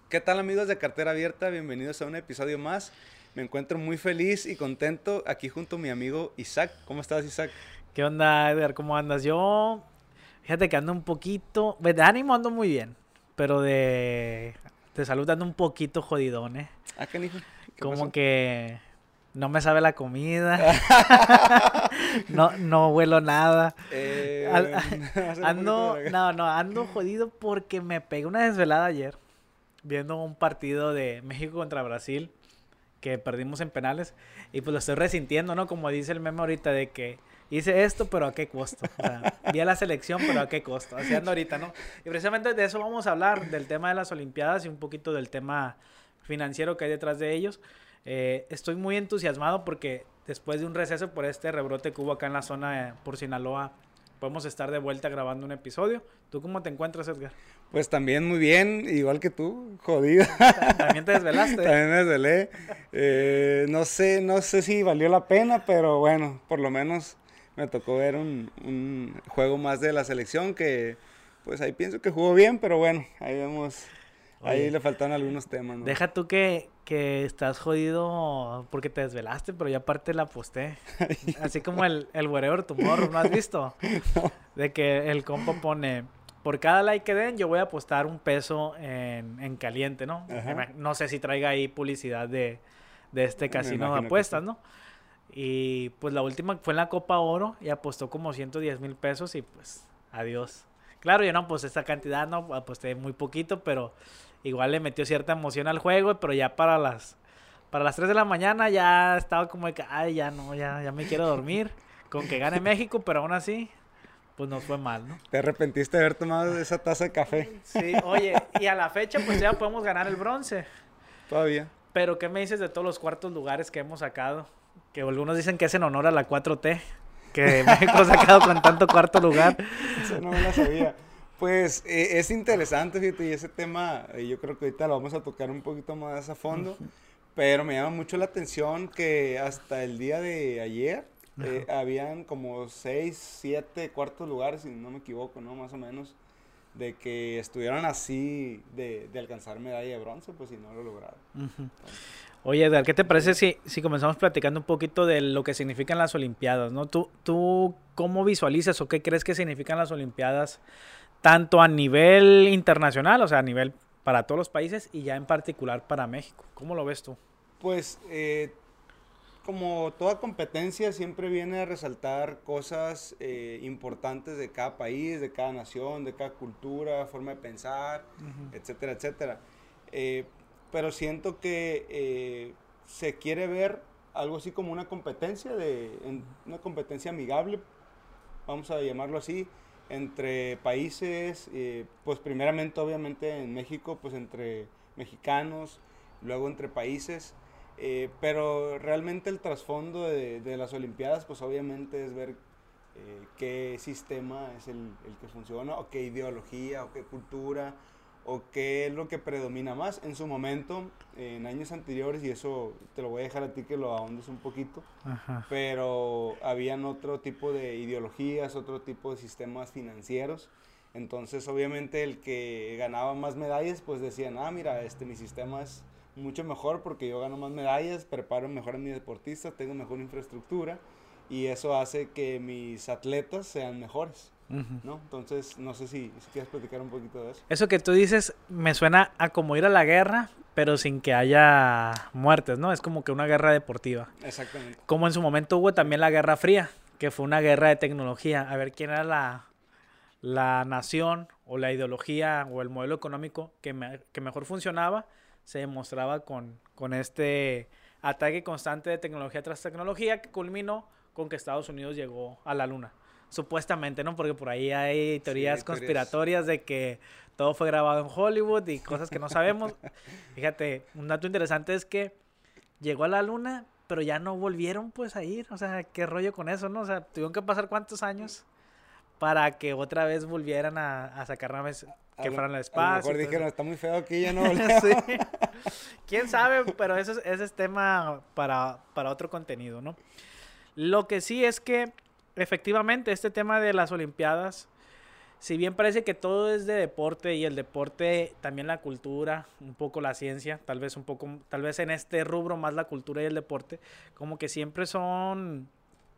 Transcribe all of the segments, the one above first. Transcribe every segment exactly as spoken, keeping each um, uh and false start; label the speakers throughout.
Speaker 1: ¿Qué tal, amigos de Cartera Abierta? Bienvenidos a un episodio más. Me encuentro muy feliz y contento aquí junto a mi amigo Isaac. ¿Cómo estás, Isaac?
Speaker 2: ¿Qué onda, Edgar? ¿Cómo andas? Yo, fíjate que ando un poquito, pues, de ánimo ando muy bien, pero de, de salud ando un poquito jodidón, ¿eh?
Speaker 1: Ah, canijo, ¿qué
Speaker 2: Como
Speaker 1: pasó?
Speaker 2: que no me sabe la comida, no, no huelo nada. Al-
Speaker 1: eh, hacer un poquito
Speaker 2: Ando,
Speaker 1: de la...
Speaker 2: no, no, ando jodido porque me pegué una desvelada ayer viendo un partido de México contra Brasil que perdimos en penales y pues lo estoy resintiendo, ¿no? Como dice el meme ahorita de que hice esto, pero ¿a qué costo? O sea, vi a la selección, pero ¿a qué costo? Así ando ahorita, ¿no? Y precisamente de eso vamos a hablar, del tema de las Olimpiadas y un poquito del tema financiero que hay detrás de ellos. Eh, estoy muy entusiasmado porque después de un receso por este rebrote que hubo acá en la zona, eh, por Sinaloa, podemos estar de vuelta grabando un episodio. ¿Tú cómo te encuentras, Edgar?
Speaker 1: Pues también muy bien, igual que tú, jodido.
Speaker 2: Ta- ¿También te desvelaste?
Speaker 1: También me desvelé. Eh, no sé, no sé si valió la pena, pero bueno, por lo menos me tocó ver un, un juego más de la selección que, pues ahí pienso que jugó bien, pero bueno, ahí vemos, ahí
Speaker 2: Oye,
Speaker 1: le faltan algunos temas, ¿no?
Speaker 2: deja tú que, que estás jodido porque te desvelaste, pero ya aparte la aposté. Así como el, el Wherever Tomorrow, ¿no has visto? De que el compa pone, por cada like que den, yo voy a apostar un peso en, en caliente, ¿no? Me
Speaker 1: Ajá,
Speaker 2: imag- No sé si traiga ahí publicidad de, de este
Speaker 1: me
Speaker 2: casino de
Speaker 1: imagino que sí.
Speaker 2: apuestas, ¿no? Y pues la última fue en la Copa Oro y apostó como ciento diez mil pesos y pues adiós. Claro, yo no aposté esta cantidad, no aposté muy poquito, pero igual le metió cierta emoción al juego, pero ya para las para las tres de la mañana ya estaba como de que, ay, ya no, ya, ya me quiero dormir, con que gane México, pero aún así, pues nos fue mal, ¿no?
Speaker 1: Te arrepentiste de haber tomado esa taza de café,
Speaker 2: Sí, oye, y a la fecha pues ya podemos ganar el bronce,
Speaker 1: todavía.
Speaker 2: pero ¿qué me dices de todos los cuartos lugares que hemos sacado? Que algunos dicen que es en honor a la cuatro T, que México ha sacado con tanto cuarto lugar.
Speaker 1: Eso no me la sabía. Pues eh, es interesante, fíjate, y ese tema eh, yo creo que ahorita lo vamos a tocar un poquito más a fondo, pero me llama mucho la atención que hasta el día de ayer eh,
Speaker 2: Ajá.
Speaker 1: habían como seis, siete cuartos lugares, si no me equivoco, ¿no? Más o menos, de que estuvieran así de, de alcanzar medalla de bronce, pues si no lo lograron.
Speaker 2: Ujú.
Speaker 1: Entonces,
Speaker 2: Oye, Edgar, ¿qué te
Speaker 1: dime.
Speaker 2: parece si, si comenzamos platicando un poquito de lo que significan las Olimpiadas, ¿no? ¿Tú, tú cómo visualizas o qué crees que significan las Olimpiadas, tanto a nivel internacional, o sea, a nivel para todos los países y ya en particular para México? ¿Cómo lo ves tú?
Speaker 1: Pues eh, como toda competencia siempre viene a resaltar cosas eh, importantes de cada país, de cada nación, de cada cultura, forma de pensar,
Speaker 2: Ujú.
Speaker 1: etcétera, etcétera. Eh, pero siento que eh, se quiere ver algo así como una competencia de en- una competencia amigable, vamos a llamarlo así, entre países, eh, pues primeramente obviamente en México, pues entre mexicanos, luego entre países, eh, pero realmente el trasfondo de, de las Olimpiadas, pues obviamente es ver eh, qué sistema es el, el que funciona, o qué ideología, o qué cultura, o qué es lo que predomina más. En su momento, en años anteriores, y eso te lo voy a dejar a ti que lo ahondes un poquito,
Speaker 2: Ajá.
Speaker 1: pero habían otro tipo de ideologías, otro tipo de sistemas financieros. Entonces, obviamente, el que ganaba más medallas, pues decían, ah, mira, este, mi sistema es mucho mejor porque yo gano más medallas, preparo mejor a mis deportistas, tengo mejor infraestructura y eso hace que mis atletas sean mejores,
Speaker 2: Ujú.
Speaker 1: ¿no? Entonces, no sé si, si quieres platicar un poquito de eso.
Speaker 2: Eso que tú dices me suena a como ir a la guerra, pero sin que haya muertes, ¿no? Es como que una guerra deportiva.
Speaker 1: Exactamente.
Speaker 2: Como en su momento hubo también la Guerra Fría, que fue una guerra de tecnología. A ver quién era la, la nación o la ideología o el modelo económico que, me, que mejor funcionaba, se demostraba con, con este ataque constante de tecnología tras tecnología que culminó con que Estados Unidos llegó a la luna. Supuestamente, ¿no? Porque por ahí hay
Speaker 1: Sí, hay
Speaker 2: teorías
Speaker 1: teorías.
Speaker 2: conspiratorias de que todo fue grabado en Hollywood y cosas que no sabemos. Fíjate, un dato interesante es que llegó a la luna, pero ya no volvieron pues a ir. O sea, qué rollo con eso, ¿no? O sea, tuvieron que pasar cuántos años para que otra vez volvieran a, a sacar naves
Speaker 1: A
Speaker 2: que
Speaker 1: lo,
Speaker 2: fueran al
Speaker 1: a lo
Speaker 2: espacio y
Speaker 1: mejor
Speaker 2: todo eso.
Speaker 1: dijeron, está muy feo aquí, ya no
Speaker 2: Sí,
Speaker 1: volvemos.
Speaker 2: quién sabe, pero eso es, ese es tema para, para otro contenido, ¿no? Lo que sí es que efectivamente este tema de las Olimpiadas si bien parece que todo es de deporte y el deporte también la cultura, un poco la ciencia, tal vez un poco, tal vez en este rubro más la cultura y el deporte, como que siempre son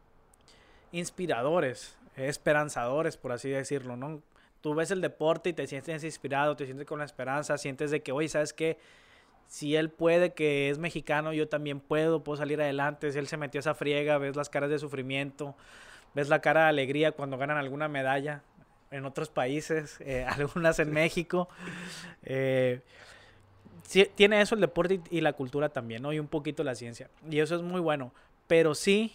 Speaker 2: inspiradores, esperanzadores, por así decirlo, ¿no? Tú ves el deporte y te sientes inspirado, te sientes con la esperanza, sientes de que, oye, ¿sabes qué? Si él puede, que es mexicano, yo también puedo, puedo salir adelante. Si él se metió a esa friega, ves las caras de sufrimiento, ves la cara de alegría cuando ganan alguna medalla en otros países, eh, algunas en México. Eh, sí, tiene eso el deporte y, y la cultura también, ¿no? Y un poquito la ciencia. Y eso es muy bueno. Pero sí,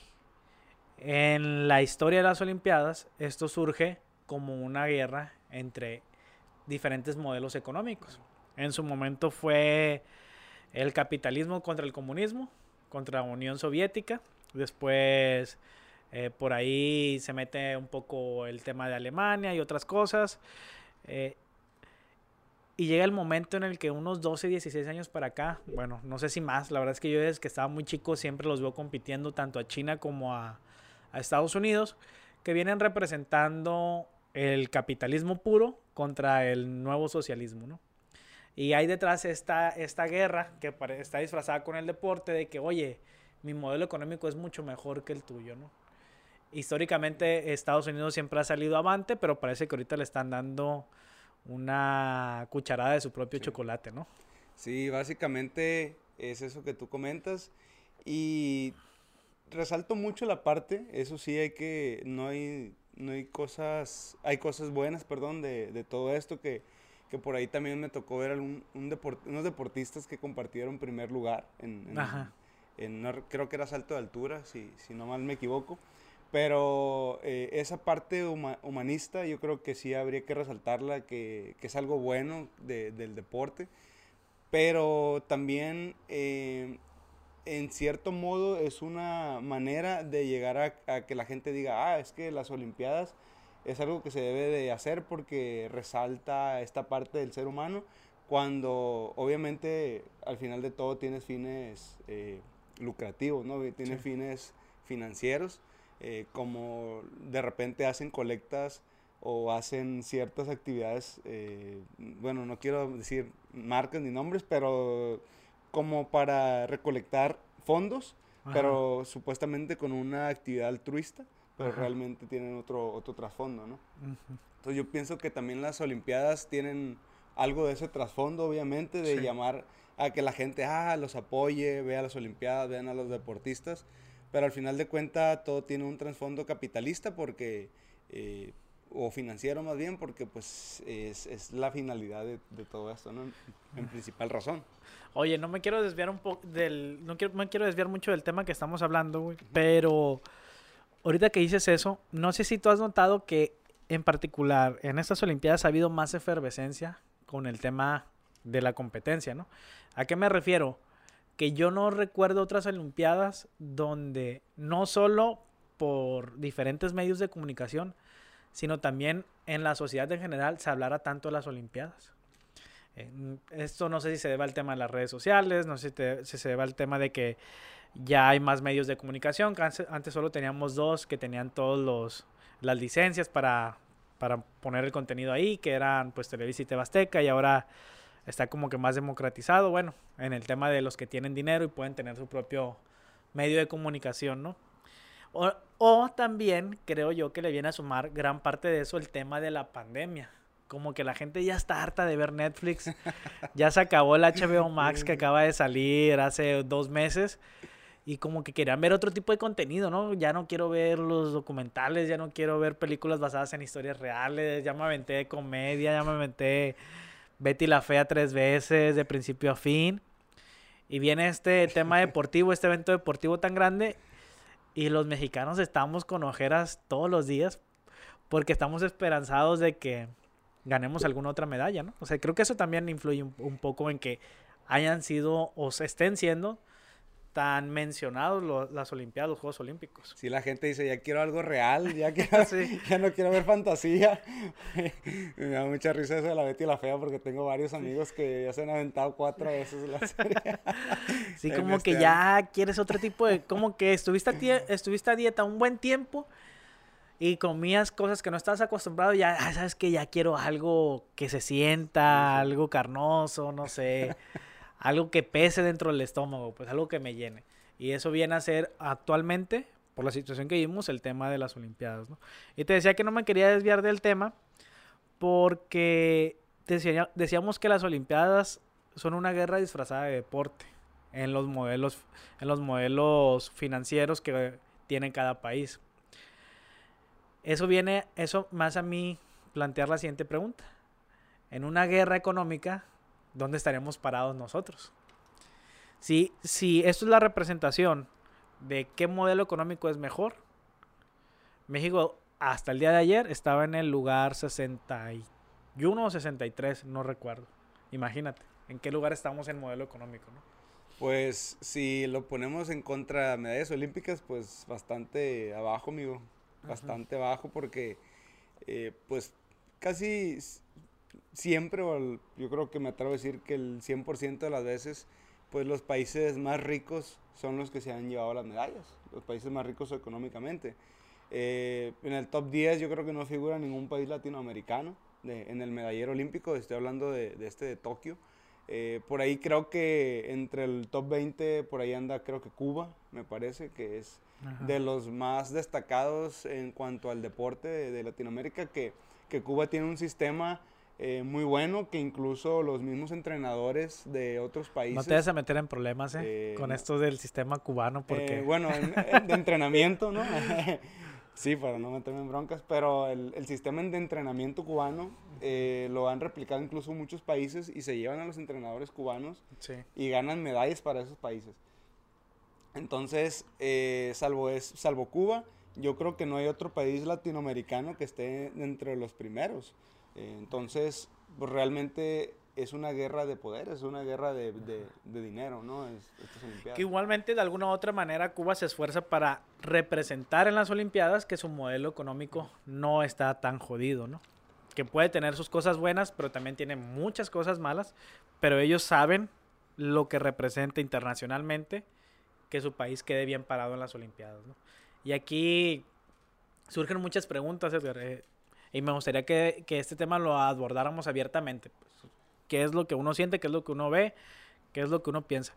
Speaker 2: en la historia de las Olimpiadas, esto surge como una guerra entre diferentes modelos económicos. En su momento fue el capitalismo contra el comunismo, contra la Unión Soviética. Después, eh, por ahí se mete un poco el tema de Alemania y otras cosas. Eh, y llega el momento en el que unos doce, dieciséis años para acá, bueno, no sé si más, la verdad es que yo desde que estaba muy chico siempre los veo compitiendo tanto a China como a, a Estados Unidos, que vienen representando el capitalismo puro contra el nuevo socialismo, ¿no? Y hay detrás esta, esta guerra que está disfrazada con el deporte de que, oye, mi modelo económico es mucho mejor que el tuyo, ¿no? Históricamente Estados Unidos siempre ha salido avante, pero parece que ahorita le están dando una cucharada de su propio
Speaker 1: Sí.
Speaker 2: chocolate, ¿no?
Speaker 1: Sí, básicamente es eso que tú comentas. Y resalto mucho la parte, eso sí, hay que, no hay, no hay cosas, hay cosas buenas, perdón, de, de todo esto que, que por ahí también me tocó ver algún, un deport, unos deportistas que compartieron primer lugar en, en,
Speaker 2: Ajá.
Speaker 1: en no, creo que era salto de altura, si, si no mal me equivoco. Pero eh, esa parte huma, humanista yo creo que sí habría que resaltarla, que, que es algo bueno de, del deporte, pero también eh, en cierto modo es una manera de llegar a, a que la gente diga, ah, es que las Olimpiadas es algo que se debe de hacer porque resalta esta parte del ser humano, cuando obviamente al final de todo tienes fines eh, lucrativos, ¿no? Tiene
Speaker 2: Sí.
Speaker 1: fines financieros, eh, como de repente hacen colectas o hacen ciertas actividades, eh, bueno, no quiero decir marcas ni nombres, pero como para recolectar fondos,
Speaker 2: Ajá.
Speaker 1: pero supuestamente con una actividad altruista, pero
Speaker 2: Ajá.
Speaker 1: realmente tienen otro, otro trasfondo, ¿no?
Speaker 2: Ujú.
Speaker 1: Entonces yo pienso que también las Olimpiadas tienen algo de ese trasfondo, obviamente, de
Speaker 2: Sí.
Speaker 1: llamar a que la gente, ah, los apoye, vea las Olimpiadas, vean a los deportistas, pero al final de cuentas todo tiene un trasfondo capitalista porque, eh, o financiero más bien, porque pues es, es la finalidad de, de todo esto, ¿no? En, en principal razón.
Speaker 2: Oye, no me quiero desviar un poco del... No quiero, me quiero desviar mucho del tema que estamos hablando, güey. Pero ahorita que dices eso, no sé si tú has notado que en particular en estas Olimpiadas ha habido más efervescencia con el tema de la competencia, ¿no? ¿A qué me refiero? Que yo no recuerdo otras Olimpiadas donde no solo por diferentes medios de comunicación, sino también en la sociedad en general se hablara tanto de las Olimpiadas. Eh, esto no sé si se debe al tema de las redes sociales, no sé si, te, si se debe al tema de que ya hay más medios de comunicación, que antes, antes solo teníamos dos que tenían todos los las licencias para, para poner el contenido ahí, que eran pues Televisa y T V Azteca, y ahora está como que más democratizado, bueno, en el tema de los que tienen dinero y pueden tener su propio medio de comunicación, ¿no? O, o también creo yo que le viene a sumar gran parte de eso el tema de la pandemia. Como que la gente ya está harta de ver Netflix. Ya se acabó el H B O Max que acaba de salir hace dos meses. Y como que querían ver otro tipo de contenido, ¿no? Ya no quiero ver los documentales, ya no quiero ver películas basadas en historias reales. Ya me aventé de comedia, ya me aventé Betty la Fea tres veces, de principio a fin. Y viene este tema deportivo, este evento deportivo tan grande. Y los mexicanos estamos con ojeras todos los días porque estamos esperanzados de que ganemos alguna otra medalla, ¿no? O sea, creo que eso también influye un, un poco en que hayan sido o se estén siendo tan mencionados lo, las Olimpiadas, los Juegos Olímpicos.
Speaker 1: Si la gente dice, ya quiero algo real, ya, quiero,
Speaker 2: Sí.
Speaker 1: ya no quiero ver fantasía. Me da mucha risa eso de la Betty la Fea porque tengo varios amigos que ya se han aventado cuatro veces la serie.
Speaker 2: Sí,
Speaker 1: En
Speaker 2: como
Speaker 1: este
Speaker 2: que
Speaker 1: año.
Speaker 2: ya quieres otro tipo de... Como que estuviste a, tie- estuviste a dieta un buen tiempo y comías cosas que no estabas acostumbrado, ya ah, sabes que ya quiero algo que se sienta,
Speaker 1: Sí, sí.
Speaker 2: algo carnoso, no sé, algo que pese dentro del estómago, pues algo que me llene. Y eso viene a ser actualmente, por la situación que vimos, el tema de las Olimpiadas, ¿no? Y te decía que no me quería desviar del tema porque decía- decíamos que las Olimpiadas son una guerra disfrazada de deporte en los modelos, en los modelos financieros que tiene cada país. Eso viene, eso más a mí plantear la siguiente pregunta. En una guerra económica, ¿dónde estaremos parados nosotros? Si, si esto es la representación de qué modelo económico es mejor, México hasta el día de ayer estaba en el lugar sesenta y uno o sesenta y tres, no recuerdo. Imagínate, en qué lugar estamos en modelo económico, ¿no?
Speaker 1: Pues si lo ponemos en contra de medallas olímpicas, pues bastante abajo, amigo.
Speaker 2: Ujú.
Speaker 1: Bastante abajo porque eh, pues casi s- siempre, o el- yo creo que me atrevo a decir que el cien por ciento de las veces, pues los países más ricos son los que se han llevado las medallas, los países más ricos económicamente. Eh, en el top diez yo creo que no figura ningún país latinoamericano de- en el medallero olímpico, estoy hablando de, de este de Tokio. Eh, por ahí creo que entre el top veinte, por ahí anda creo que Cuba, me parece que es
Speaker 2: Ajá.
Speaker 1: de los más destacados en cuanto al deporte de, de Latinoamérica, que, que Cuba tiene un sistema eh, muy bueno, que incluso los mismos entrenadores de otros
Speaker 2: No te vas
Speaker 1: países,
Speaker 2: a meter en problemas, ¿eh?
Speaker 1: eh,
Speaker 2: Con
Speaker 1: no,
Speaker 2: esto del sistema cubano,
Speaker 1: eh,
Speaker 2: porque
Speaker 1: bueno, en- en- de entrenamiento, ¿no? Sí, para no meterme en broncas, pero el, el sistema de entrenamiento cubano eh, lo han replicado incluso muchos países y se llevan a los entrenadores cubanos
Speaker 2: sí.
Speaker 1: y ganan medallas para esos países. Entonces, eh, salvo, es, salvo Cuba, yo creo que no hay otro país latinoamericano que esté entre los primeros. Eh, entonces, pues realmente es una guerra de poder, es una guerra de, de, de dinero, ¿no? Es, estas
Speaker 2: Que
Speaker 1: Olimpiadas.
Speaker 2: igualmente de alguna u otra manera Cuba se esfuerza para representar en las Olimpiadas que su modelo económico no está tan jodido, ¿no? Que puede tener sus cosas buenas, pero también tiene muchas cosas malas, pero ellos saben lo que representa internacionalmente que su país quede bien parado en las Olimpiadas, ¿no? Y aquí surgen muchas preguntas, Edgar, eh, y me gustaría que, que, este tema lo abordáramos abiertamente. Pues, ¿qué es lo que uno siente? ¿Qué es lo que uno ve? ¿Qué es lo que uno piensa?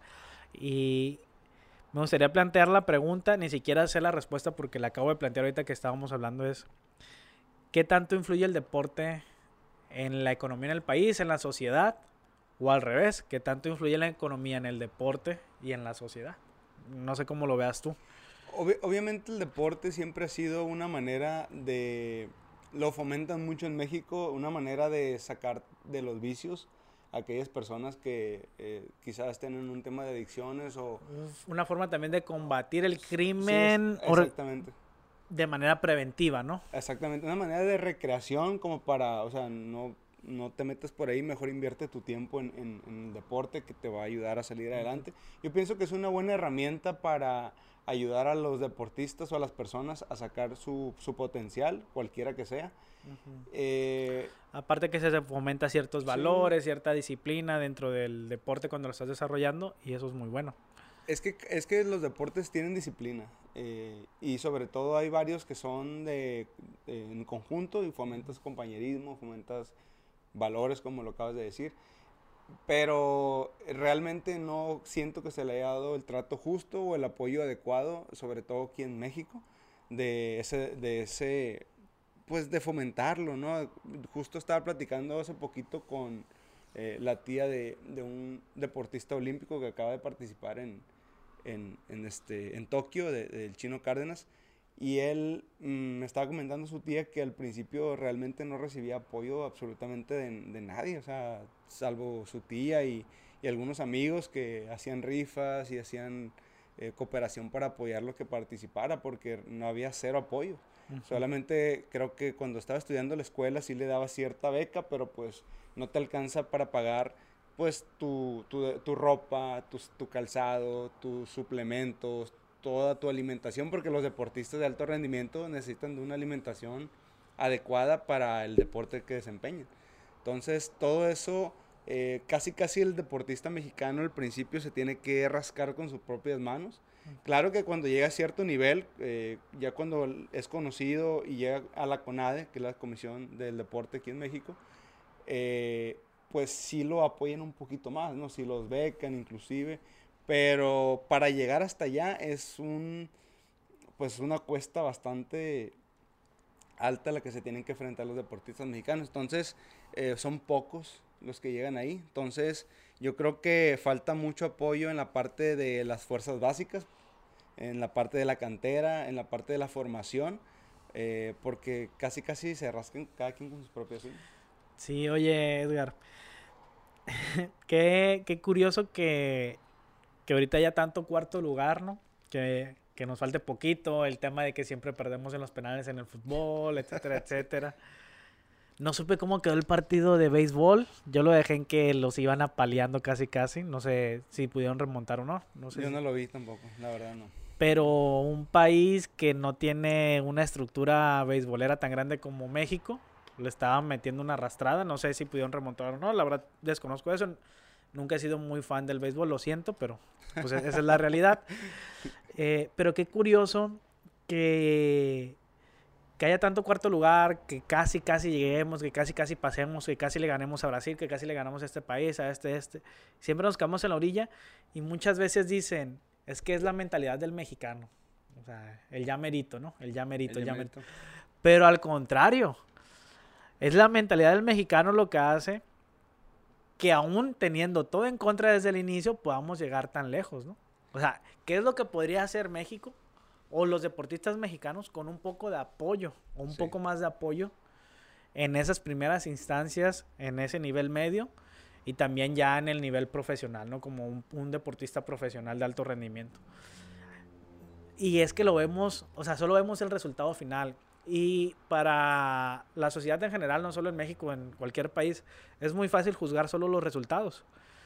Speaker 2: Y me gustaría plantear la pregunta, ni siquiera sé la respuesta porque la acabo de plantear ahorita que estábamos hablando, es ¿qué tanto influye el deporte en la economía en el país, en la sociedad? O al revés, ¿qué tanto influye la economía en el deporte y en la sociedad? No sé cómo lo veas tú.
Speaker 1: Obvi- obviamente el deporte siempre ha sido una manera de, lo fomentan mucho en México, una manera de sacar de los vicios a aquellas personas que eh, quizás tienen un tema de adicciones o...
Speaker 2: Una forma también de combatir el
Speaker 1: Sí, es,
Speaker 2: crimen
Speaker 1: exactamente.
Speaker 2: de manera preventiva, ¿no?
Speaker 1: Exactamente, una manera de recreación como para, o sea, no, no te metas por ahí, mejor invierte tu tiempo en, en, en el deporte que te va a ayudar a salir adelante. Yo pienso que es una buena herramienta para ayudar a los deportistas o a las personas a sacar su, su potencial, cualquiera que sea. Eh,
Speaker 2: Aparte que se fomenta ciertos
Speaker 1: sí,
Speaker 2: valores, cierta disciplina dentro del deporte cuando lo estás desarrollando y eso es muy bueno.
Speaker 1: es que, es que los deportes tienen disciplina eh, y sobre todo hay varios que son de, de- en conjunto y fomentas compañerismo, fomentas valores como lo acabas de decir, pero realmente no siento que se le haya dado el trato justo o el apoyo adecuado, sobre todo aquí en México, de ese, de ese, pues de fomentarlo, ¿no? Justo estaba platicando hace poquito con eh, la tía de, de un deportista olímpico que acaba de participar en, en, en, este, en Tokio, de- del Chino Cárdenas, y él mm, me estaba comentando su tía que al principio realmente no recibía apoyo absolutamente de, de nadie, o sea, salvo su tía y, y algunos amigos que hacían rifas y hacían eh, cooperación para apoyarlo que participara, porque no había cero apoyo.
Speaker 2: Ujú.
Speaker 1: Solamente creo que cuando estaba estudiando en la escuela sí le daba cierta beca, pero pues no te alcanza para pagar pues tu, tu, tu ropa, tu, tu calzado, tus suplementos, toda tu alimentación, porque los deportistas de alto rendimiento necesitan de una alimentación adecuada para el deporte que desempeñan. Entonces, todo eso eh, casi casi el deportista mexicano al principio se tiene que rascar con sus propias manos. Claro que cuando llega a cierto nivel, eh, ya cuando es conocido y llega a la CONADE, que es la Comisión del Deporte aquí en México, eh, pues sí lo apoyan un poquito más, ¿no? Sí los becan inclusive, pero para llegar hasta allá es un, pues una cuesta bastante alta la que se tienen que enfrentar los deportistas mexicanos. Entonces, eh, son pocos los que llegan ahí. Entonces, yo creo que falta mucho apoyo en la parte de las fuerzas básicas, en la parte de la cantera, en la parte de la formación, eh, porque casi casi se rascan cada quien con sus propias uñas.
Speaker 2: Sí, oye, Edgar, qué, qué curioso que, que ahorita haya tanto cuarto lugar, ¿no? Que, que nos falte poquito, el tema de que siempre perdemos en los penales en el fútbol, etcétera, etcétera. No supe cómo quedó el partido de béisbol. Yo lo dejé en que los iban apaleando casi casi. No sé si pudieron remontar o no. No sé
Speaker 1: Yo
Speaker 2: si...
Speaker 1: no lo vi tampoco, la verdad no.
Speaker 2: Pero un país que no tiene una estructura beisbolera tan grande como México, le estaban metiendo una arrastrada. No sé si pudieron remontar o no. La verdad desconozco eso. Nunca he sido muy fan del béisbol, lo siento, pero pues esa es la realidad. Eh, pero qué curioso que... que haya tanto cuarto lugar, que casi, casi lleguemos, que casi, casi pasemos, que casi le ganemos a Brasil, que casi le ganamos a este país, a este, este. Siempre nos quedamos en la orilla y muchas veces dicen, es que es la mentalidad del mexicano. O sea, el ya merito, ¿no? El ya merito, el ya merito. Pero al contrario, es la mentalidad del mexicano lo que hace que aún teniendo todo en contra desde el inicio, podamos llegar tan lejos, ¿no? O sea, ¿qué es lo que podría hacer México? O los deportistas mexicanos con un poco de apoyo, o un sí. poco más de apoyo en esas primeras instancias, en ese nivel medio, y también ya en el nivel profesional, ¿no? Como un, un deportista profesional de alto rendimiento. Y es que lo vemos, o sea, solo vemos el resultado final. Y para la sociedad en general, no solo en México, en cualquier país, es muy fácil juzgar solo los resultados.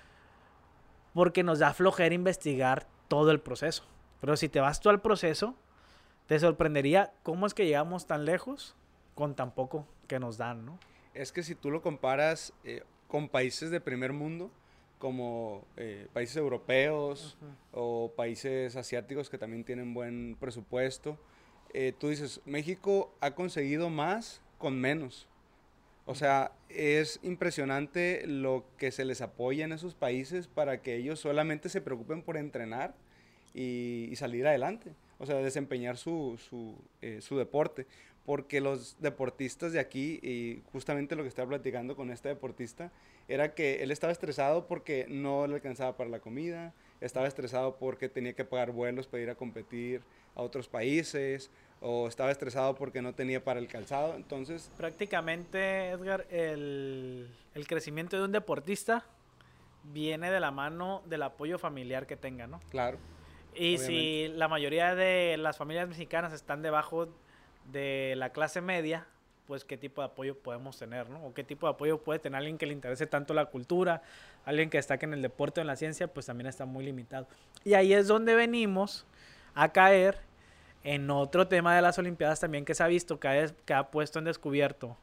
Speaker 2: Porque nos da flojera investigar todo el proceso. Pero si te vas tú al proceso, te sorprendería cómo es que llegamos tan lejos con tan poco que nos dan, ¿no?
Speaker 1: Es que si tú lo comparas eh, con países de primer mundo, como eh, países europeos uh-huh. o países asiáticos que también tienen buen presupuesto, eh, tú dices, México ha conseguido más con menos. O sea, es impresionante lo que se les apoya en esos países para que ellos solamente se preocupen por entrenar y, y salir adelante. O sea, desempeñar su, su, eh, su deporte. Porque los deportistas de aquí, y justamente lo que estaba platicando con este deportista, era que él estaba estresado porque no le alcanzaba para la comida, estaba estresado porque tenía que pagar vuelos para ir a competir a otros países, o estaba estresado porque no tenía para el calzado. Entonces,
Speaker 2: prácticamente, Edgar, el, el crecimiento de un deportista viene de la mano del apoyo familiar que tenga, ¿no?
Speaker 1: Claro.
Speaker 2: Y obviamente, si la mayoría de las familias mexicanas están debajo de la clase media, pues qué tipo de apoyo podemos tener, ¿no? O qué tipo de apoyo puede tener alguien que le interese tanto la cultura, alguien que destaque en el deporte o en la ciencia, pues también está muy limitado. Y ahí es donde venimos a caer en otro tema de las Olimpiadas también que se ha visto, que ha, que ha puesto en descubierto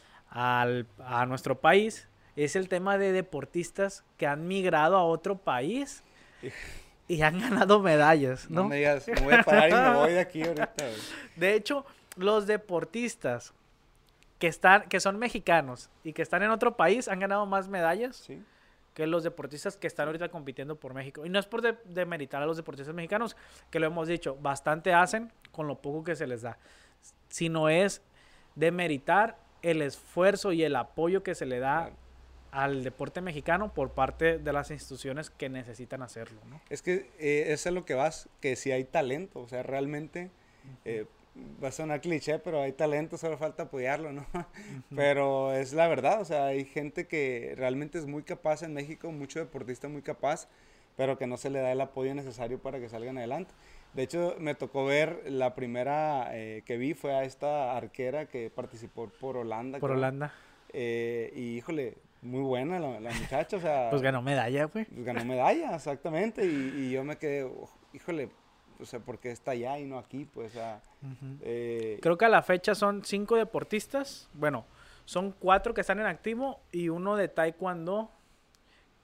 Speaker 2: al, a nuestro país, es el tema de deportistas que han migrado a otro país y han ganado medallas, ¿no?
Speaker 1: No me digas, me voy a parar y me voy de aquí ahorita.
Speaker 2: De hecho, los deportistas que están, que son mexicanos y que están en otro país han ganado más medallas ¿sí? que los deportistas que están ahorita compitiendo por México. Y no es por de, demeritar a los deportistas mexicanos, que lo hemos dicho, bastante hacen con lo poco que se les da, sino es demeritar el esfuerzo y el apoyo que se le da claro. al deporte mexicano por parte de las instituciones que necesitan hacerlo, ¿no?
Speaker 1: Es que eh, eso es lo que vas, que si hay talento, o sea, realmente... Eh, va a sonar cliché, pero hay talento, solo falta apoyarlo, ¿no? Uh-huh. Pero es la verdad, o sea, hay gente que realmente es muy capaz en México, mucho deportista muy capaz, pero que no se le da el apoyo necesario para que salgan adelante. De hecho, me tocó ver, la primera eh, que vi fue a esta arquera que participó por Holanda.
Speaker 2: Por
Speaker 1: creo.
Speaker 2: Holanda.
Speaker 1: Eh, y híjole, muy buena la, la muchacha, o sea...
Speaker 2: Pues ganó medalla, güey.
Speaker 1: Pues ganó medalla, exactamente, y, y yo me quedé, oh, híjole... O sea, ¿por qué está allá y no aquí? Pues, o sea,
Speaker 2: uh-huh.
Speaker 1: eh...
Speaker 2: creo que a la fecha son cinco deportistas. Bueno, son cuatro que están en activo y uno de taekwondo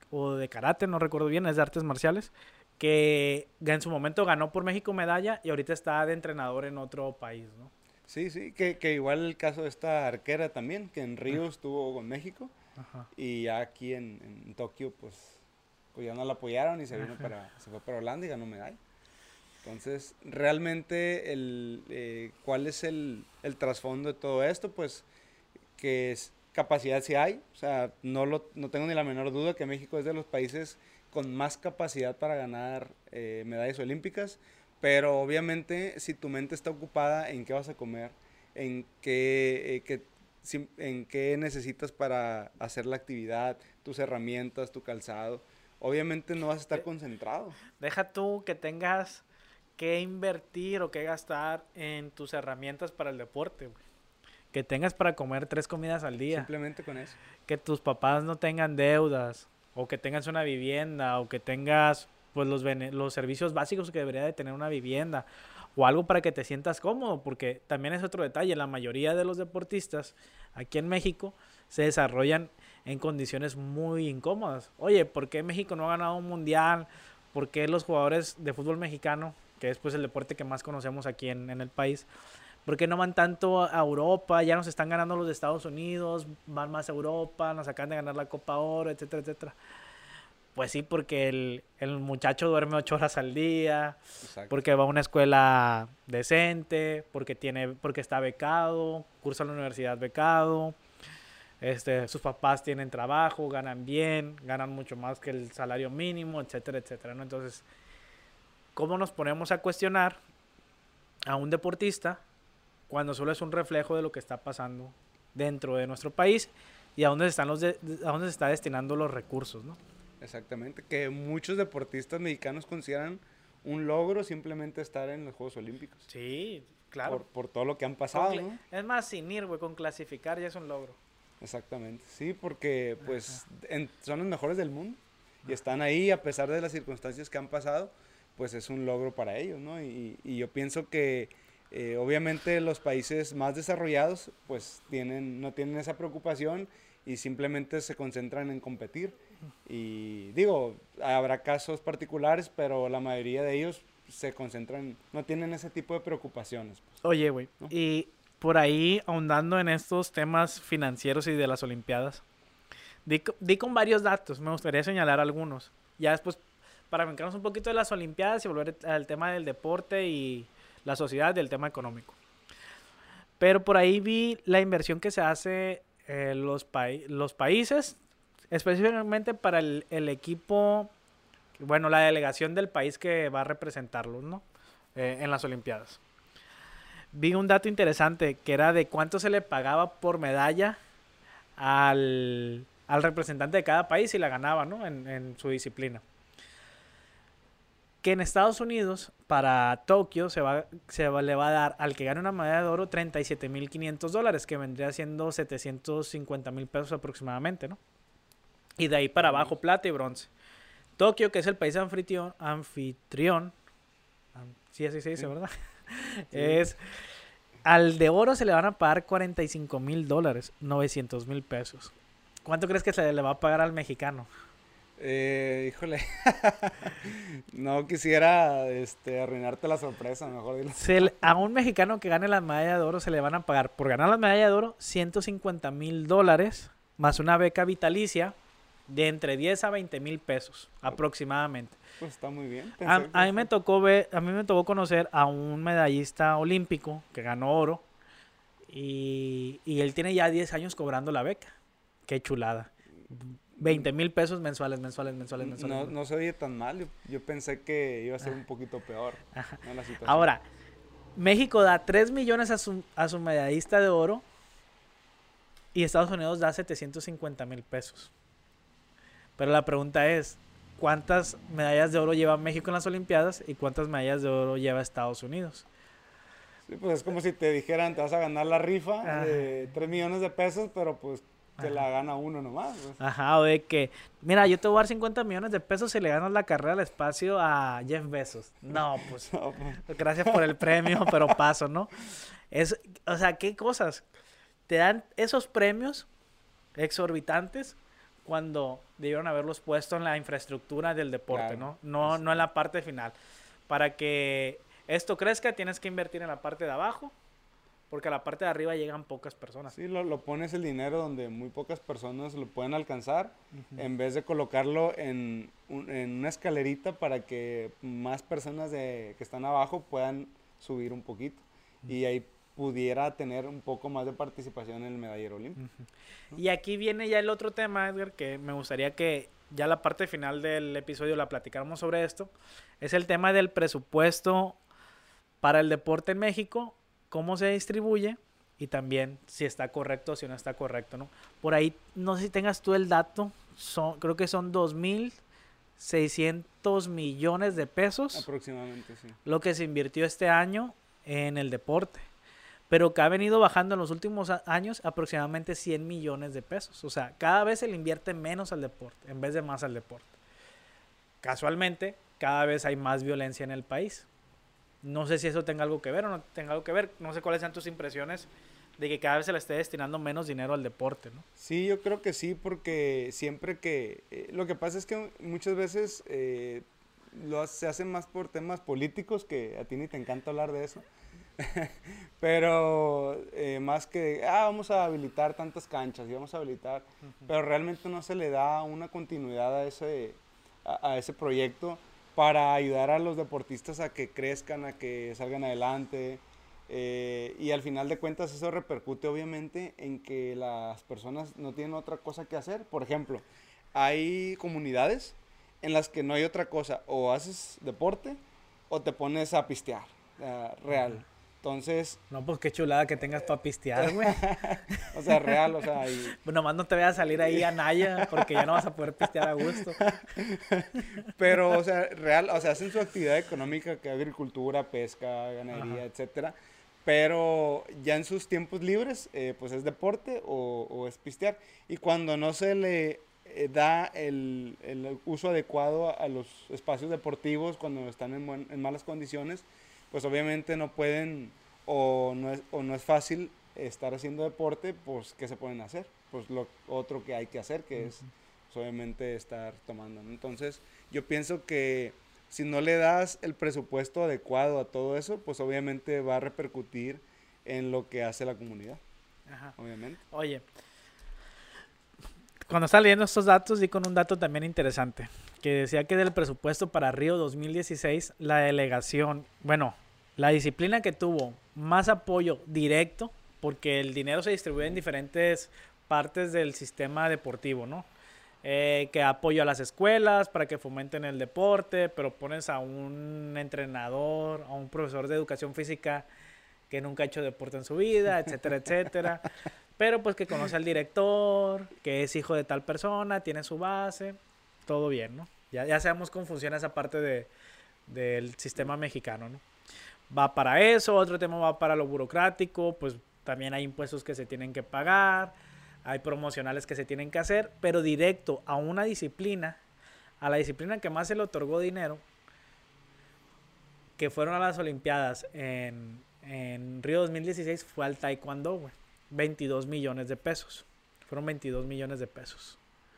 Speaker 2: o de karate, no recuerdo bien, es de artes marciales, que en su momento ganó por México medalla y ahorita está de entrenador en otro país, ¿no?
Speaker 1: Sí, sí, que, que igual el caso de esta arquera también, que en Río estuvo con México
Speaker 2: Ajá.
Speaker 1: y ya aquí en, en Tokio pues, pues ya no la apoyaron y se vino
Speaker 2: Ajá.
Speaker 1: para, se fue para Holanda y ganó medalla. Entonces, realmente, el, eh, ¿cuál es el, el trasfondo de todo esto? Pues que es, capacidad sí hay, o sea, no, lo, no tengo ni la menor duda que México es de los países con más capacidad para ganar eh, medallas olímpicas, pero obviamente si tu mente está ocupada en qué vas a comer, en qué, eh, qué, si, en qué necesitas para hacer la actividad, tus herramientas, tu calzado, obviamente no vas a estar concentrado.
Speaker 2: Deja tú que tengas que invertir o que gastar en tus herramientas para el deporte, güey. Que tengas para comer tres comidas al día.
Speaker 1: Simplemente con eso.
Speaker 2: Que tus papás no tengan deudas. O que tengas una vivienda. O que tengas pues los, los servicios básicos que debería de tener una vivienda. O algo para que te sientas cómodo. Porque también es otro detalle. La mayoría de los deportistas aquí en México se desarrollan en condiciones muy incómodas. Oye, ¿por qué México no ha ganado un mundial? ¿Por qué los jugadores de fútbol mexicano, que es pues el deporte que más conocemos aquí en, en el país, por qué no van tanto a Europa? Ya nos están ganando los de Estados Unidos, van más a Europa, nos acaban de ganar la Copa Oro, etcétera, etcétera. Pues sí, porque el, el muchacho duerme ocho horas al día,
Speaker 1: Exacto.
Speaker 2: porque va a una escuela decente, porque tiene, porque está becado, cursa en la universidad becado. Este, sus papás tienen trabajo, ganan bien, ganan mucho más que el salario mínimo, etcétera, etcétera, ¿no? Entonces, ¿cómo nos ponemos a cuestionar a un deportista cuando solo es un reflejo de lo que está pasando dentro de nuestro país y a dónde están los de, a dónde se está destinando los recursos, ¿no?
Speaker 1: Exactamente, que muchos deportistas mexicanos consideran un logro simplemente estar en los Juegos Olímpicos.
Speaker 2: Sí, claro.
Speaker 1: Por, por todo lo que han pasado,
Speaker 2: Cla-
Speaker 1: ¿no?
Speaker 2: Es más, sin ir, güey, con clasificar ya es un logro.
Speaker 1: Exactamente, sí, porque pues en- son los mejores del mundo y están ahí a pesar de las circunstancias que han pasado, pues es un logro para ellos, ¿no? Y, y yo pienso que eh, obviamente los países más desarrollados pues tienen, no tienen esa preocupación y simplemente se concentran en competir. Y digo, habrá casos particulares, pero la mayoría de ellos se concentran, no tienen ese tipo de preocupaciones. Pues,
Speaker 2: Oye, güey,
Speaker 1: ¿no?
Speaker 2: y por ahí, ahondando en estos temas financieros y de las Olimpiadas, di, co- di con varios datos, me gustaría señalar algunos. Ya después, para brincarnos un poquito de las Olimpiadas y volver al tema del deporte y la sociedad, del tema económico. Pero por ahí vi la inversión que se hace en los, pai- los países, específicamente para el, el equipo, bueno, la delegación del país que va a representarlos, ¿no? Eh, en las Olimpiadas. Vi un dato interesante que era de cuánto se le pagaba por medalla al, al representante de cada país si la ganaba, ¿no? En, en su disciplina. Que en Estados Unidos, para Tokio, se, va, se va, le va a dar al que gane una medalla de oro treinta y siete mil quinientos dólares, que vendría siendo setecientos cincuenta mil pesos aproximadamente, ¿no? Y de ahí para abajo, plata y bronce. Tokio, que es el país anfitrión, anfitrión an- sí, así se dice,
Speaker 1: Sí.
Speaker 2: ¿verdad?
Speaker 1: Sí.
Speaker 2: Es, al de oro se le van a pagar cuarenta y cinco mil dólares, novecientos mil pesos. ¿Cuánto crees que se le va a pagar al mexicano?
Speaker 1: Eh, híjole, no quisiera este, arruinarte la sorpresa, mejor dilo.
Speaker 2: Se le- a un mexicano que gane la medalla de oro se le van a pagar por ganar la medalla de oro ciento cincuenta mil dólares más una beca vitalicia de entre diez a veinte mil pesos aproximadamente.
Speaker 1: Pues está muy bien.
Speaker 2: A,
Speaker 1: pensé que
Speaker 2: a mí me
Speaker 1: está-
Speaker 2: tocó ver, a mí me tocó conocer a un medallista olímpico que ganó oro y, y él tiene ya diez años cobrando la beca. Qué chulada. veinte mil pesos mensuales, mensuales, mensuales, mensuales.
Speaker 1: No, no se oye tan mal, yo, yo pensé que iba a ser un poquito peor, ¿no? La situación.
Speaker 2: Ahora, México da tres millones a su, a su medallista de oro y Estados Unidos da setecientos cincuenta mil pesos. Pero la pregunta es, ¿cuántas medallas de oro lleva México en las Olimpiadas y cuántas medallas de oro lleva Estados Unidos?
Speaker 1: Sí, pues es como si te dijeran, te vas a ganar la rifa
Speaker 2: Ajá.
Speaker 1: de tres millones de pesos, pero pues te
Speaker 2: Ajá.
Speaker 1: la gana uno nomás. Pues.
Speaker 2: Ajá, o de que, mira, yo te voy a dar cincuenta millones de pesos si le ganas la carrera al espacio a Jeff Bezos. No, pues,
Speaker 1: No, pues,
Speaker 2: gracias por el premio, pero paso, ¿no? Es, o sea, ¿qué cosas? Te dan esos premios exorbitantes cuando debieron haberlos puesto en la infraestructura del deporte,
Speaker 1: Claro.
Speaker 2: ¿no? No,
Speaker 1: Sí.
Speaker 2: no en la parte final. Para que esto crezca, tienes que invertir en la parte de abajo, porque a la parte de arriba llegan pocas personas.
Speaker 1: Sí, lo, lo pones el dinero donde muy pocas personas lo pueden alcanzar,
Speaker 2: Ujú.
Speaker 1: en vez de colocarlo en, un- en una escalerita para que más personas de, que están abajo puedan subir un poquito. Y ahí pudiera tener un poco más de participación en el medallero olímpico.
Speaker 2: Y aquí viene ya el otro tema, Edgar, que me gustaría que ya la parte final del episodio la platicáramos sobre esto. Es el tema del presupuesto para el deporte en México, cómo se distribuye y también si está correcto o si no está correcto, ¿no? Por ahí, no sé si tengas tú el dato, son, creo que son dos mil seiscientos millones de pesos
Speaker 1: Aproximadamente, sí.
Speaker 2: lo que se invirtió este año en el deporte, pero que ha venido bajando en los últimos a- años aproximadamente cien millones de pesos. O sea, cada vez se le invierte menos al deporte en vez de más al deporte. Casualmente, cada vez hay más violencia en el país. No sé si eso tenga algo que ver o no tenga algo que ver. No sé cuáles sean tus impresiones de que cada vez se le esté destinando menos dinero al deporte, ¿no?
Speaker 1: Sí, yo creo que sí, porque siempre que... eh, lo que pasa es que muchas veces eh, lo, ha- se hace más por temas políticos, que a ti ni te encanta hablar de eso. Pero eh, más que, ah, vamos a habilitar tantas canchas y vamos a habilitar, pero realmente no se le da una continuidad a ese, a, a ese proyecto para ayudar a los deportistas a que crezcan, a que salgan adelante. Eh, y al final de cuentas eso repercute obviamente en que las personas no tienen otra cosa que hacer. Por ejemplo, hay comunidades en las que no hay otra cosa, o haces deporte o te pones a pistear, uh, real. Entonces,
Speaker 2: No, pues qué chulada que tengas para pistear, güey.
Speaker 1: o sea, real, o sea, y,
Speaker 2: Pues nomás no te vayas a salir ahí a Naya porque ya no vas a poder pistear a gusto.
Speaker 1: pero, o sea, real, o sea, hacen su actividad económica, que agricultura, pesca, ganadería,
Speaker 2: Ajá.
Speaker 1: etcétera. Pero ya en sus tiempos libres, eh, pues es deporte o, o es pistear. Y cuando no se le eh, da el, el uso adecuado a, a los espacios deportivos, cuando están en, buen- en malas condiciones, pues obviamente no pueden o no es, o no es fácil estar haciendo deporte, pues ¿qué se pueden hacer? Pues lo otro que hay que hacer, que es pues, obviamente estar tomando, ¿no? Entonces yo pienso que si no le das el presupuesto adecuado a todo eso, pues obviamente va a repercutir en lo que hace la comunidad,
Speaker 2: Ajá.
Speaker 1: obviamente.
Speaker 2: Oye, cuando estaba leyendo estos datos, di con un dato también interesante, que decía que del presupuesto para Río dos mil dieciséis, la delegación, bueno, la disciplina que tuvo más apoyo directo, porque el dinero se distribuye en diferentes partes del sistema deportivo, ¿no? Eh, que apoyo a las escuelas para que fomenten el deporte, pero pones a un entrenador, a un profesor de educación física que nunca ha hecho deporte en su vida, etcétera, etcétera. Pero pues que conoce al director, que es hijo de tal persona, tiene su base, todo bien, ¿no? Ya, ya sabemos cómo funciona esa parte de, del sistema mexicano, ¿no? Va para eso, otro tema va para lo burocrático, pues también hay impuestos que se tienen que pagar, hay promocionales que se tienen que hacer, pero directo a una disciplina, a la disciplina que más se le otorgó dinero, que fueron a las Olimpiadas en, en Río dos mil dieciséis, fue al Taekwondo, güey. veintidós millones de pesos. Fueron veintidós millones de pesos.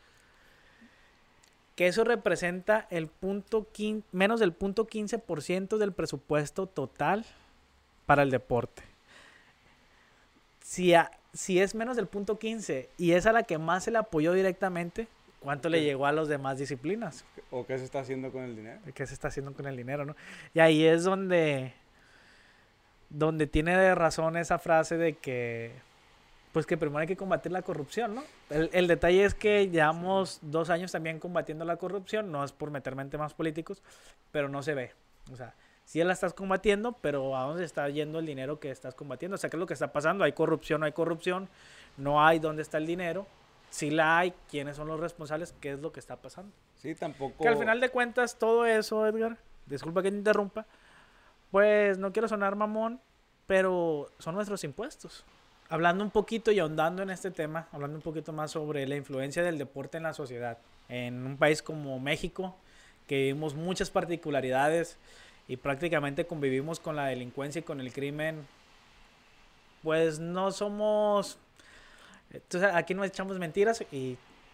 Speaker 2: Que eso representa el punto quin- menos del punto quince por ciento del presupuesto total para el deporte. Si, a, si es menos del punto quince y es a la que más se le apoyó directamente, ¿cuánto le
Speaker 1: Sí.
Speaker 2: llegó a las demás disciplinas?
Speaker 1: ¿O qué se está haciendo con el dinero?
Speaker 2: ¿Qué se está haciendo con el dinero, no? Y ahí es donde, donde tiene razón esa frase de que, pues que primero hay que combatir la corrupción, ¿no? El, el detalle es que llevamos dos años también combatiendo la corrupción, no es por meterme en temas políticos, pero no se ve. O sea, sí la estás combatiendo, pero ¿a dónde está yendo el dinero que estás combatiendo? O sea, ¿qué es lo que está pasando? ¿Hay corrupción? ¿No hay corrupción? ¿No hay dónde está el dinero? Si la hay, ¿quiénes son los responsables? ¿Qué es lo que está pasando?
Speaker 1: Sí, tampoco...
Speaker 2: Que al final de cuentas, todo eso, Edgar, disculpa que te interrumpa, pues no quiero sonar mamón, pero son nuestros impuestos. Hablando un poquito y ahondando en este tema, hablando un poquito más sobre la influencia del deporte en la sociedad. En un país como México, que vivimos muchas particularidades y prácticamente convivimos con la delincuencia y con el crimen, pues no somos... Entonces aquí no echamos mentiras y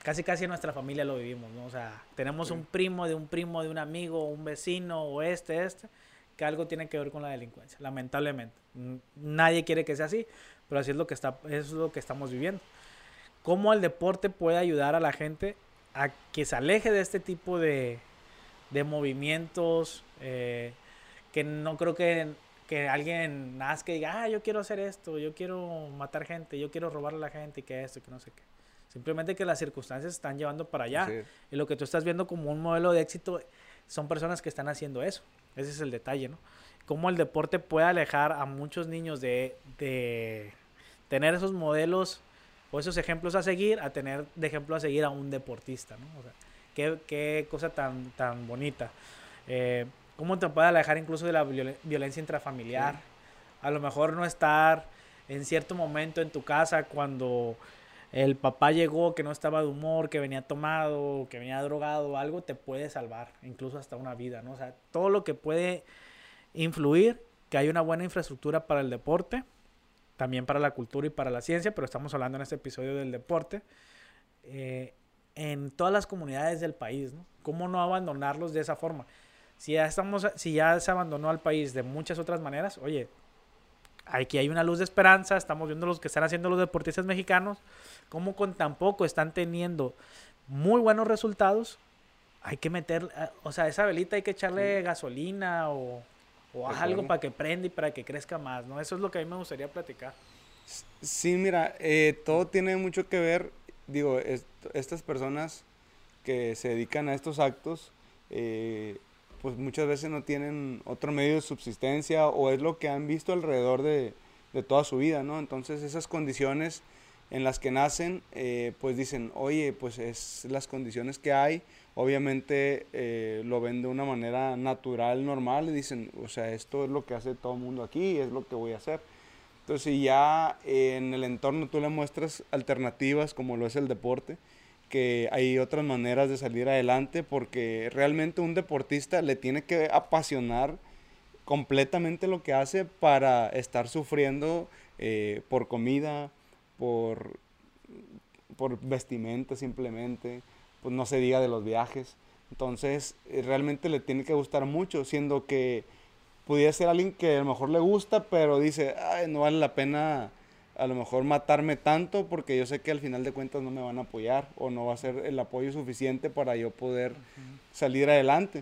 Speaker 2: casi casi en nuestra familia lo vivimos, ¿no? O sea, tenemos sí. un primo de un primo de un amigo, un vecino o este, este, que algo tiene que ver con la delincuencia, lamentablemente. Nadie quiere que sea así, pero así es lo que está, es lo que estamos viviendo. ¿Cómo el deporte puede ayudar a la gente a que se aleje de este tipo de, de movimientos? Eh, que no creo que, que alguien nazca y diga, ah, yo quiero hacer esto, yo quiero matar gente, yo quiero robarle a la gente y que esto, que no sé qué. Simplemente que las circunstancias están llevando para allá. Sí. Y lo que tú estás viendo como un modelo de éxito son personas que están haciendo eso. Ese es el detalle, ¿no? Cómo el deporte puede alejar a muchos niños de, de tener esos modelos o esos ejemplos a seguir, a tener de ejemplo a seguir a un deportista, ¿no? O sea, qué, qué cosa tan, tan bonita. Eh, cómo te puede alejar incluso de la viol- violencia intrafamiliar. Sí. A lo mejor no estar en cierto momento en tu casa cuando el papá llegó que no estaba de humor, que venía tomado, que venía drogado, algo te puede salvar, incluso hasta una vida, ¿no? O sea, todo lo que puede influir, que hay una buena infraestructura para el deporte, también para la cultura y para la ciencia, pero estamos hablando en este episodio del deporte, eh, en todas las comunidades del país, ¿no? ¿Cómo no abandonarlos de esa forma? Si ya, estamos, si ya se abandonó al país de muchas otras maneras, oye, aquí hay una luz de esperanza, estamos viendo los que están haciendo los deportistas mexicanos, cómo con tan poco están teniendo muy buenos resultados. Hay que meter, o sea, esa velita hay que echarle sí. gasolina o, o algo para que prenda y para que crezca más, ¿no? Eso es lo que a mí me gustaría platicar.
Speaker 1: Sí, mira, eh, todo tiene mucho que ver, digo, est- estas personas que se dedican a estos actos, eh, pues muchas veces no tienen otro medio de subsistencia o es lo que han visto alrededor de, de toda su vida, ¿no? Entonces esas condiciones en las que nacen, eh, pues dicen, oye, pues es las condiciones que hay, obviamente eh, lo ven de una manera natural, normal, y dicen, o sea, esto es lo que hace todo el mundo aquí, es lo que voy a hacer. Entonces si ya eh, en el entorno tú le muestras alternativas como lo es el deporte, que hay otras maneras de salir adelante, porque realmente un deportista le tiene que apasionar completamente lo que hace para estar sufriendo eh, por comida, por, por vestimenta simplemente, pues no se diga de los viajes. Entonces eh, realmente le tiene que gustar mucho, siendo que pudiera ser alguien que a lo mejor le gusta, pero dice, ay, no vale la pena a lo mejor matarme tanto porque yo sé que al final de cuentas no me van a apoyar o no va a ser el apoyo suficiente para yo poder uh-huh. salir adelante.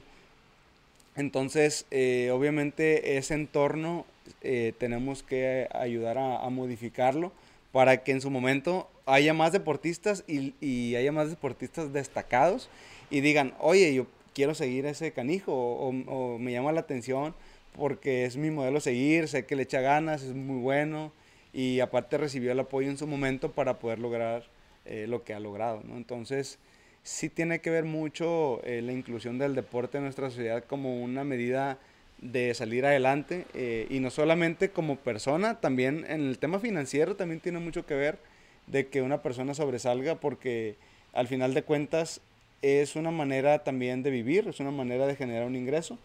Speaker 1: Entonces, eh, obviamente ese entorno eh, tenemos que ayudar a, a modificarlo para que en su momento haya más deportistas y, y haya más deportistas destacados y digan, oye, yo quiero seguir a ese canijo o, o, o me llama la atención porque es mi modelo a seguir, sé que le echa ganas, es muy bueno. Y aparte recibió el apoyo en su momento para poder lograr eh, lo que ha logrado, ¿no? Entonces, sí tiene que ver mucho eh, la inclusión del deporte en nuestra sociedad como una medida de salir adelante, eh, y no solamente como persona, también en el tema financiero también tiene mucho que ver de que una persona sobresalga, porque al final de cuentas es una manera también de vivir, es una manera de generar un ingreso,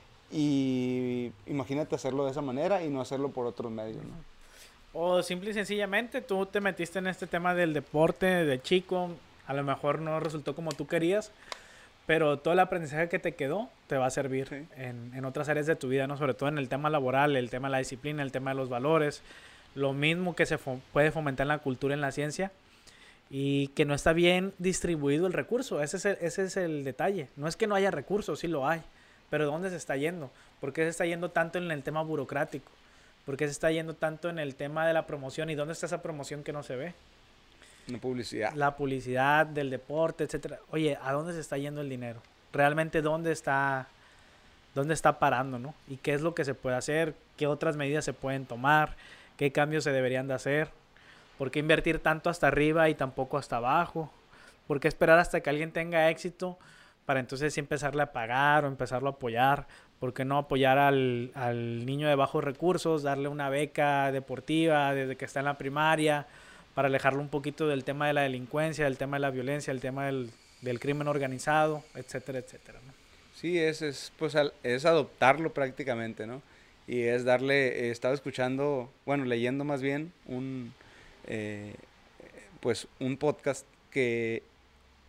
Speaker 1: y imagínate hacerlo de esa manera y no hacerlo por otros medios, ¿no?
Speaker 2: O simple y sencillamente tú te metiste en este tema del deporte de chico, a lo mejor no resultó como tú querías, pero todo el aprendizaje que te quedó te va a servir sí. en, en otras áreas de tu vida, ¿no? Sobre todo en el tema laboral, el tema de la disciplina, el tema de los valores, lo mismo que se fo- puede fomentar en la cultura, en la ciencia, y que no está bien distribuido el recurso. Ese es el, ese es el detalle. No es que no haya recursos, sí lo hay, pero ¿dónde se está yendo? ¿Por qué se está yendo tanto en el tema burocrático? ¿Por qué se está yendo tanto en el tema de la promoción? ¿Y dónde está esa promoción que no se ve?
Speaker 1: La publicidad.
Speaker 2: La publicidad del deporte, etcétera. Oye, ¿a dónde se está yendo el dinero? ¿Realmente dónde está, dónde está parando, no? ¿Y qué es lo que se puede hacer? ¿Qué otras medidas se pueden tomar? ¿Qué cambios se deberían de hacer? ¿Por qué invertir tanto hasta arriba y tampoco hasta abajo? ¿Por qué esperar hasta que alguien tenga éxito para entonces sí empezarle a pagar o empezarlo a apoyar? ¿Por qué no apoyar al, al niño de bajos recursos, darle una beca deportiva desde que está en la primaria, para alejarlo un poquito del tema de la delincuencia, del tema de la violencia, del tema del, del crimen organizado, etcétera, etcétera, ¿no?
Speaker 1: Sí, es, es, pues, al, es adoptarlo prácticamente, ¿no? Y es darle, eh, estaba escuchando, bueno, leyendo más bien, un, eh, pues, un podcast que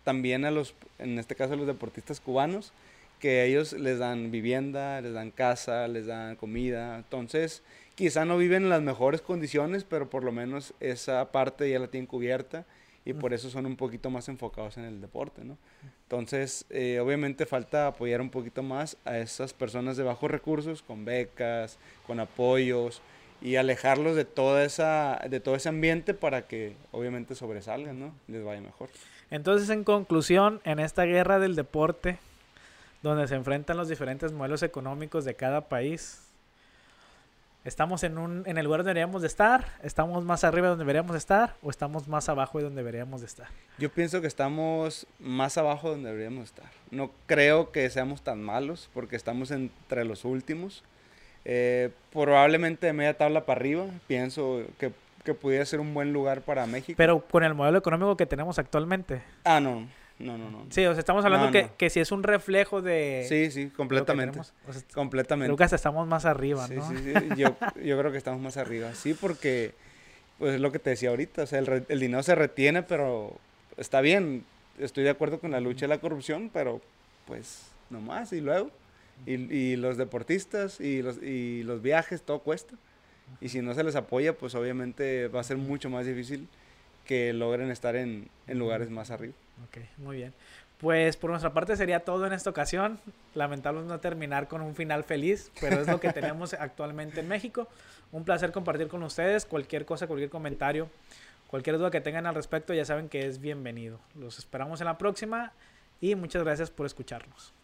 Speaker 1: también a los, en este caso a los deportistas cubanos, que ellos les dan vivienda, les dan casa, les dan comida. Entonces, quizá no viven en las mejores condiciones, pero por lo menos esa parte ya la tienen cubierta y por eso son un poquito más enfocados en el deporte, ¿no? Entonces, eh, obviamente falta apoyar un poquito más a esas personas de bajos recursos con becas, con apoyos y alejarlos de toda esa, de todo ese ambiente para que obviamente sobresalgan, ¿no? Les vaya mejor.
Speaker 2: Entonces, en conclusión, en esta guerra del deporte, donde se enfrentan los diferentes modelos económicos de cada país, ¿estamos en un en el lugar donde deberíamos de estar? ¿Estamos más arriba de donde deberíamos de estar? ¿O estamos más abajo de donde deberíamos de estar?
Speaker 1: Yo pienso que estamos más abajo de donde deberíamos estar. No creo que seamos tan malos porque estamos entre los últimos. Eh, probablemente de media tabla para arriba. Pienso que, que pudiera ser un buen lugar para México.
Speaker 2: Pero con el modelo económico que tenemos actualmente.
Speaker 1: Ah, no. No, no, no.
Speaker 2: Sí, o sea, estamos hablando
Speaker 1: no,
Speaker 2: que,
Speaker 1: no.
Speaker 2: que si es un reflejo de...
Speaker 1: Sí, sí, completamente.
Speaker 2: O sea,
Speaker 1: completamente.
Speaker 2: creo que hasta estamos más arriba,
Speaker 1: sí,
Speaker 2: ¿no?
Speaker 1: Sí, sí, yo, yo creo que estamos más arriba. Sí, porque, pues es lo que te decía ahorita, o sea, el, re, el dinero se retiene, pero está bien. Estoy de acuerdo con la lucha de la corrupción, pero pues no más, y luego. Y, y los deportistas y los, y los viajes, todo cuesta. Y si no se les apoya, pues obviamente va a ser mucho más difícil que logren estar en, en lugares más arriba.
Speaker 2: Ok, muy bien. Pues por nuestra parte sería todo en esta ocasión. Lamentable no terminar con un final feliz, pero es lo que tenemos actualmente en México. Un placer compartir con ustedes. Cualquier cosa, cualquier comentario, cualquier duda que tengan al respecto, ya saben que es bienvenido. Los esperamos en la próxima y muchas gracias por escucharnos.